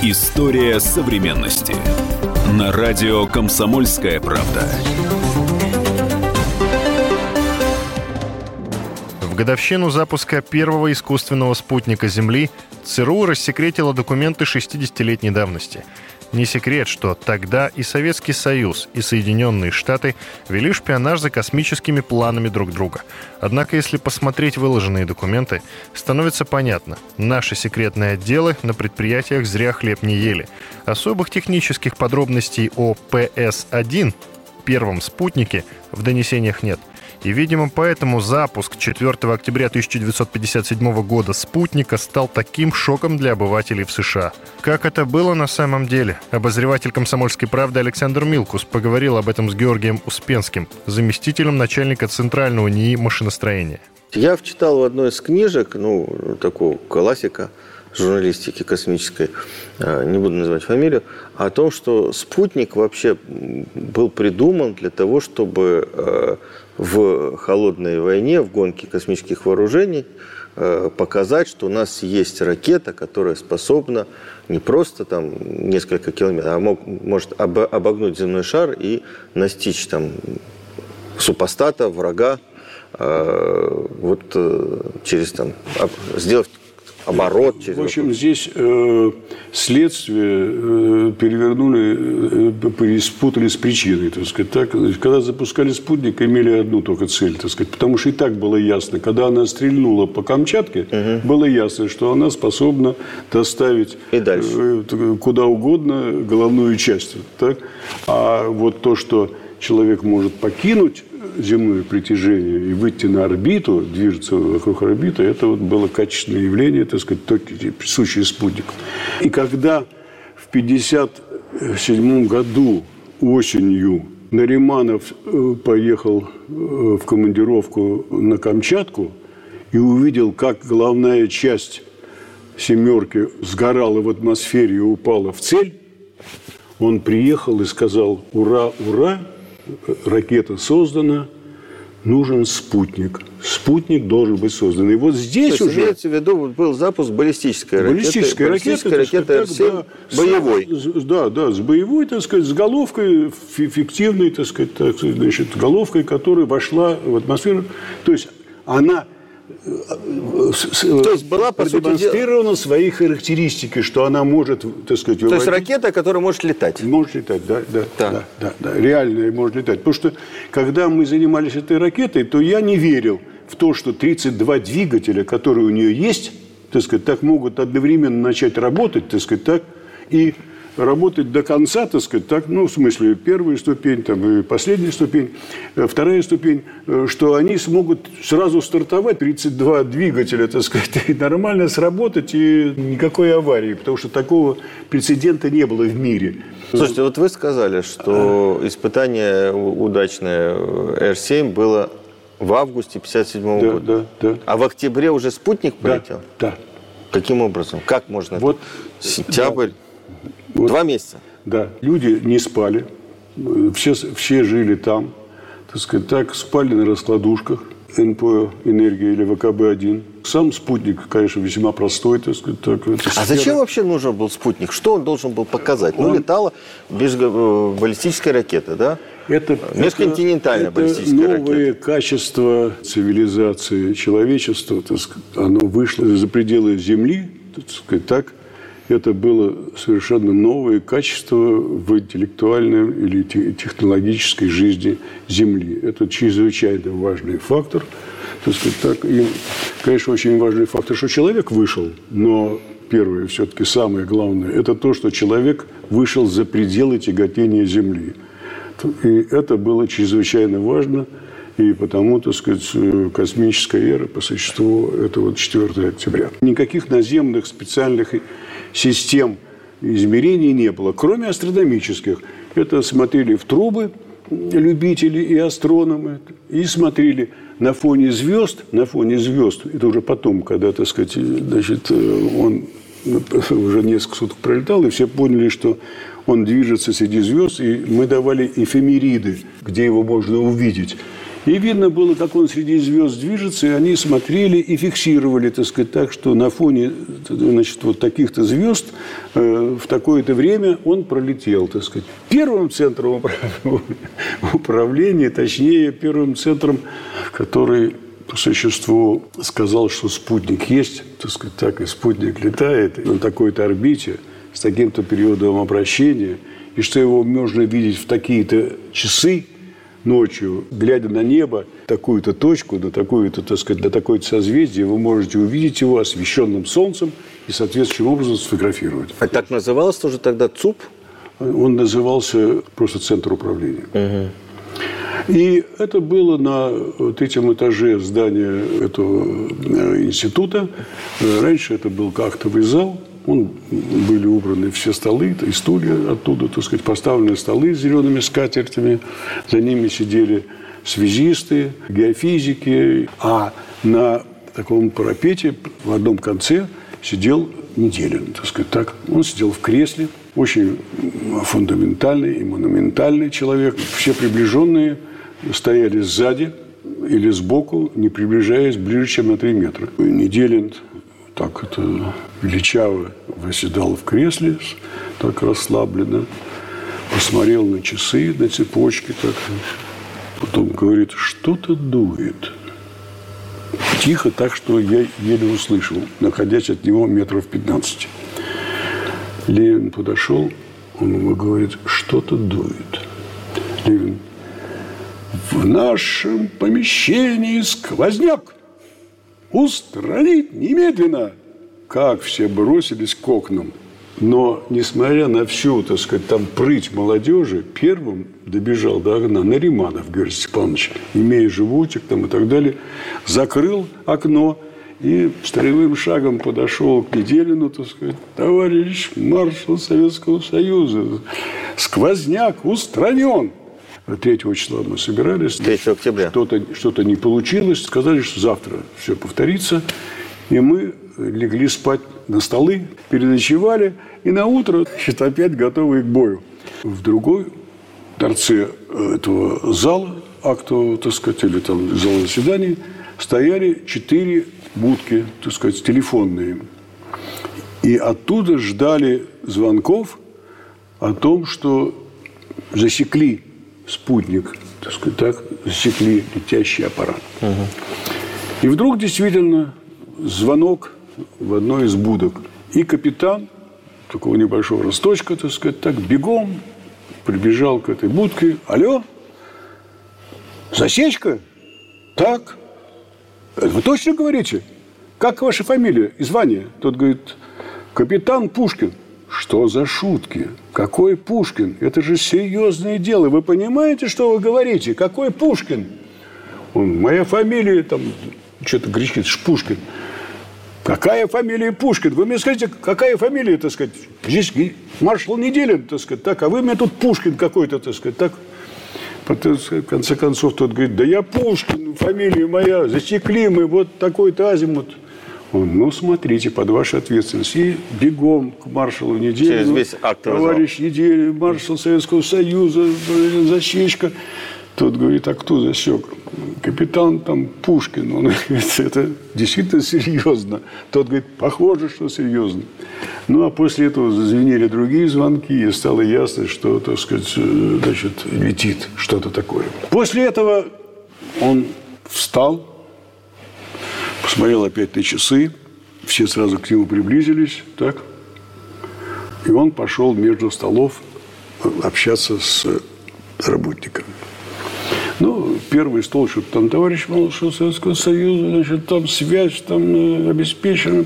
История современности. На радио «Комсомольская правда». В годовщину запуска первого искусственного спутника Земли ЦРУ рассекретило документы 60-летней давности. Не секрет, что тогда и Советский Союз, и Соединенные Штаты вели шпионаж за космическими планами друг друга. Однако, если посмотреть выложенные документы, становится понятно, наши секретные отделы на предприятиях зря хлеб не ели. Особых технических подробностей о ПС-1, первом спутнике, в донесениях нет. И, видимо, поэтому запуск 4 октября 1957 года спутника стал таким шоком для обывателей в США. Как это было на самом деле? Обозреватель «Комсомольской правды» Александр Милкус поговорил об этом с Георгием Успенским, заместителем начальника Центрального НИИ машиностроения. Я читал в одной из книжек, такого классика журналистики космической, не буду называть фамилию, о том, что спутник вообще был придуман для того, чтобы в холодной войне, в гонке космических вооружений показать, что у нас есть ракета, которая способна не просто там несколько километров, а может обогнуть земной шар и настичь там супостата, врага, через сделать оборот. В общем, здесь следствие перепутали с причиной, так сказать. Так, когда запускали спутник, имели одну только цель, так сказать, потому что и так было ясно, когда она стрельнула по Камчатке, было ясно, что она способна доставить куда угодно головную часть. Так? А вот то, что человек может покинуть земное притяжение и выйти на орбиту, движется вокруг орбиты, это было качественное явление, так сказать, присущее спутнику. И когда в 1957 году осенью Нариманов поехал в командировку на Камчатку и увидел, как головная часть «семерки» сгорала в атмосфере и упала в цель, он приехал и сказал: «Ура, ура! Ракета создана, нужен спутник. Спутник должен быть создан». И вот здесь то есть, уже... имеется в виду, был запуск баллистической ракеты. Баллистическая ракета Р-7, боевой. Да, с боевой, так сказать, с головкой фиктивной, так сказать, головкой, которая вошла в атмосферу. То есть она... была продемонстрирована свои характеристики, что она может, так сказать, выводить. То есть ракета, которая может летать. Может летать, да. Реальная может летать. Потому что, когда мы занимались этой ракетой, то я не верил в то, что 32 двигателя, которые у нее есть, так сказать, так могут одновременно начать работать, так сказать, так, и работать до конца, так сказать, так, в смысле, первая ступень, и последняя ступень, вторая ступень, что они смогут сразу стартовать, 32 двигателя, так сказать, и нормально сработать, и никакой аварии, потому что такого прецедента не было в мире. Слушайте, вот вы сказали, что испытание удачное Р-7 было в августе 1957 года. Да. А в октябре уже спутник полетел? Да. Каким образом? Как можно? Сентябрь? Да. 2 месяца. Да, люди не спали, все жили там, так сказать, так, спали на раскладушках, НПО «Энергия» или ВКБ-1. Сам спутник, конечно, весьма простой, так сказать. Так, зачем вообще нужен был спутник? Что он должен был показать? Летала баллистическая ракета, да? Межконтинентальная баллистическая ракета. Это новое качество цивилизации человечества, так сказать, оно вышло за пределы Земли, так сказать, так. Это было совершенно новое качество в интеллектуальной или технологической жизни Земли. Это чрезвычайно важный фактор. Так сказать, так. И, конечно, очень важный фактор, что человек вышел. Но первое, все-таки самое главное, это то, что человек вышел за пределы тяготения Земли. И это было чрезвычайно важно. И потому, так сказать, космическая эра по существу – это 4 октября. Никаких наземных специальных систем измерений не было, кроме астрономических. Это смотрели в трубы любители и астрономы, и смотрели на фоне звезд, это уже потом, когда, так сказать, он уже несколько суток пролетал, и все поняли, что он движется среди звезд, и мы давали эфемериды, где его можно увидеть. И видно было, как он среди звезд движется, и они смотрели и фиксировали, так сказать, так, что на фоне, значит, вот таких-то звезд в такое-то время он пролетел, так сказать. Первым центром управления, точнее, первым центром, который по существу сказал, что спутник есть, так сказать, так и спутник летает на такой-то орбите с таким-то периодом обращения, и что его можно видеть в такие-то часы, ночью, глядя на небо, такую-то точку, на такую-то, так сказать, на такое-то созвездие, вы можете увидеть его освещенным солнцем и соответствующим образом сфотографировать. А так называлось тоже тогда ЦУП? Он назывался просто Центр управления. Угу. И это было на третьем этаже здания этого института. Раньше это был актовый зал. Были убраны все столы и стулья оттуда, так сказать, поставлены столы с зелеными скатертями. За ними сидели связисты, геофизики. А на таком парапете в одном конце сидел Неделин, так сказать, так. Он сидел в кресле. Очень фундаментальный и монументальный человек. Все приближенные стояли сзади или сбоку, не приближаясь ближе, чем на 3 метра. Неделин так это величаво восседал в кресле, так расслабленно, посмотрел на часы, на цепочки, так, потом говорит, что-то дует. Тихо, так что я еле услышал, находясь от него метров 15. Левин подошел, он ему говорит, что-то дует. Левин, в нашем помещении сквозняк. Устранить немедленно! Как все бросились к окнам. Но, несмотря на всю, так сказать, там прыть молодежи, первым добежал до окна Нариманов Георгий Степанович, имея животик там и так далее, закрыл окно и строевым шагом подошел к Неделину, так сказать, товарищ маршал Советского Союза, сквозняк устранен. 3 числа мы собирались. 3 октября. Что-то не получилось. Сказали, что завтра все повторится. И мы легли спать на столы, переночевали. И на утро, значит, опять готовы к бою. В другой торце этого зала, актового, так сказать, или там зала заседаний, стояли 4 будки, так сказать, телефонные. И оттуда ждали звонков о том, что засекли спутник, так сказать, так, засекли летящий аппарат. Угу. И вдруг действительно звонок в одной из будок. И капитан такого небольшого росточка, так сказать, так бегом прибежал к этой будке. Алло? Засечка? Так. Вы точно говорите? Как ваша фамилия и звание? Тот говорит, капитан Пушкин. Что за шутки? Какой Пушкин? Это же серьезное дело. Вы понимаете, что вы говорите? Какой Пушкин? Он, моя фамилия, там, что-то гречит, Пушкин. Какая фамилия Пушкин? Вы мне скажите, какая фамилия, так сказать? Здесь маршал Неделин, так сказать, так, а вы мне тут Пушкин какой-то, так сказать, так. Потом, в конце концов, тот говорит, да я Пушкин, фамилия моя, засекли мы, вот такой-то азимут. Он, ну, смотрите, под вашу ответственность. И бегом к маршалу Неделину. Через весь актовый зал. Товарищ Неделин, маршал Советского Союза, засечка. Тот говорит, а кто засек? Капитан там Пушкин. Он говорит, это действительно серьезно. Тот говорит, похоже, что серьезно. Ну, а после этого зазвенели другие звонки, и стало ясно, что, так сказать, значит, летит что-то такое. После этого он встал, посмотрел опять на часы, все сразу к нему приблизились, так, и он пошел между столов общаться с работниками. Ну, первый стол, что там, товарищ маршал Советского Союза, значит, там связь, там обеспечена.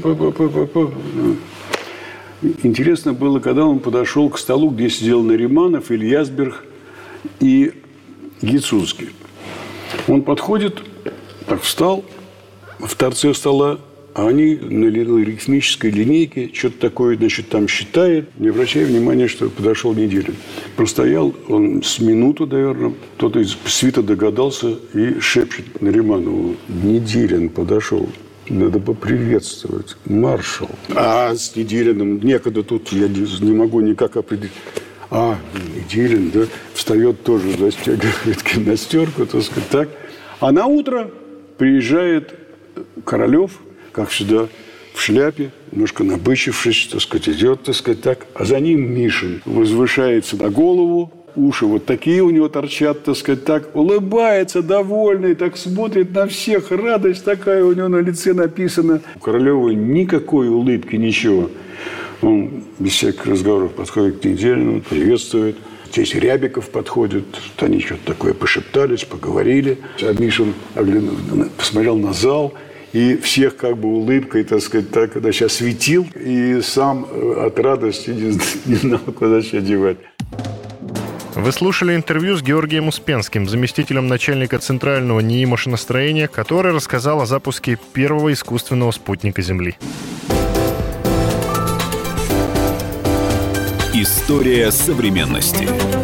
Интересно было, когда он подошел к столу, где сидел Нариманов, Ильясберг и Гицунский. Он подходит, так встал в торце стола, а они на арифметической линейке что-то такое, значит, там считает, не обращая внимания, что подошел Неделин. Простоял он с минуту, наверное, кто-то из свита догадался и шепчет Нариманову, Неделин подошел. Надо поприветствовать. Маршал. А с Неделиным некогда тут, я не могу никак определить. А, Неделин, да, встает тоже, застегивает гимнастерку, так сказать, так. А на утро приезжает Королев, как всегда, в шляпе, немножко набычившись, так сказать, идет, так сказать, так. А за ним Мишин возвышается на голову, уши вот такие у него торчат, так сказать, так, улыбается, довольный, так смотрит на всех, радость такая у него на лице написана. У Королева никакой улыбки, ничего. Он без всяких разговоров подходит к Неделину, приветствует. Здесь Рябиков подходит, они что-то такое пошептались, поговорили. А Мишин посмотрел на зал, и всех как бы улыбкой, так сказать, так, когда сейчас светил, и сам от радости не знал, куда себя девать. Вы слушали интервью с Георгием Успенским, заместителем начальника Центрального НИИ машиностроения, который рассказал о запуске первого искусственного спутника Земли. История современности.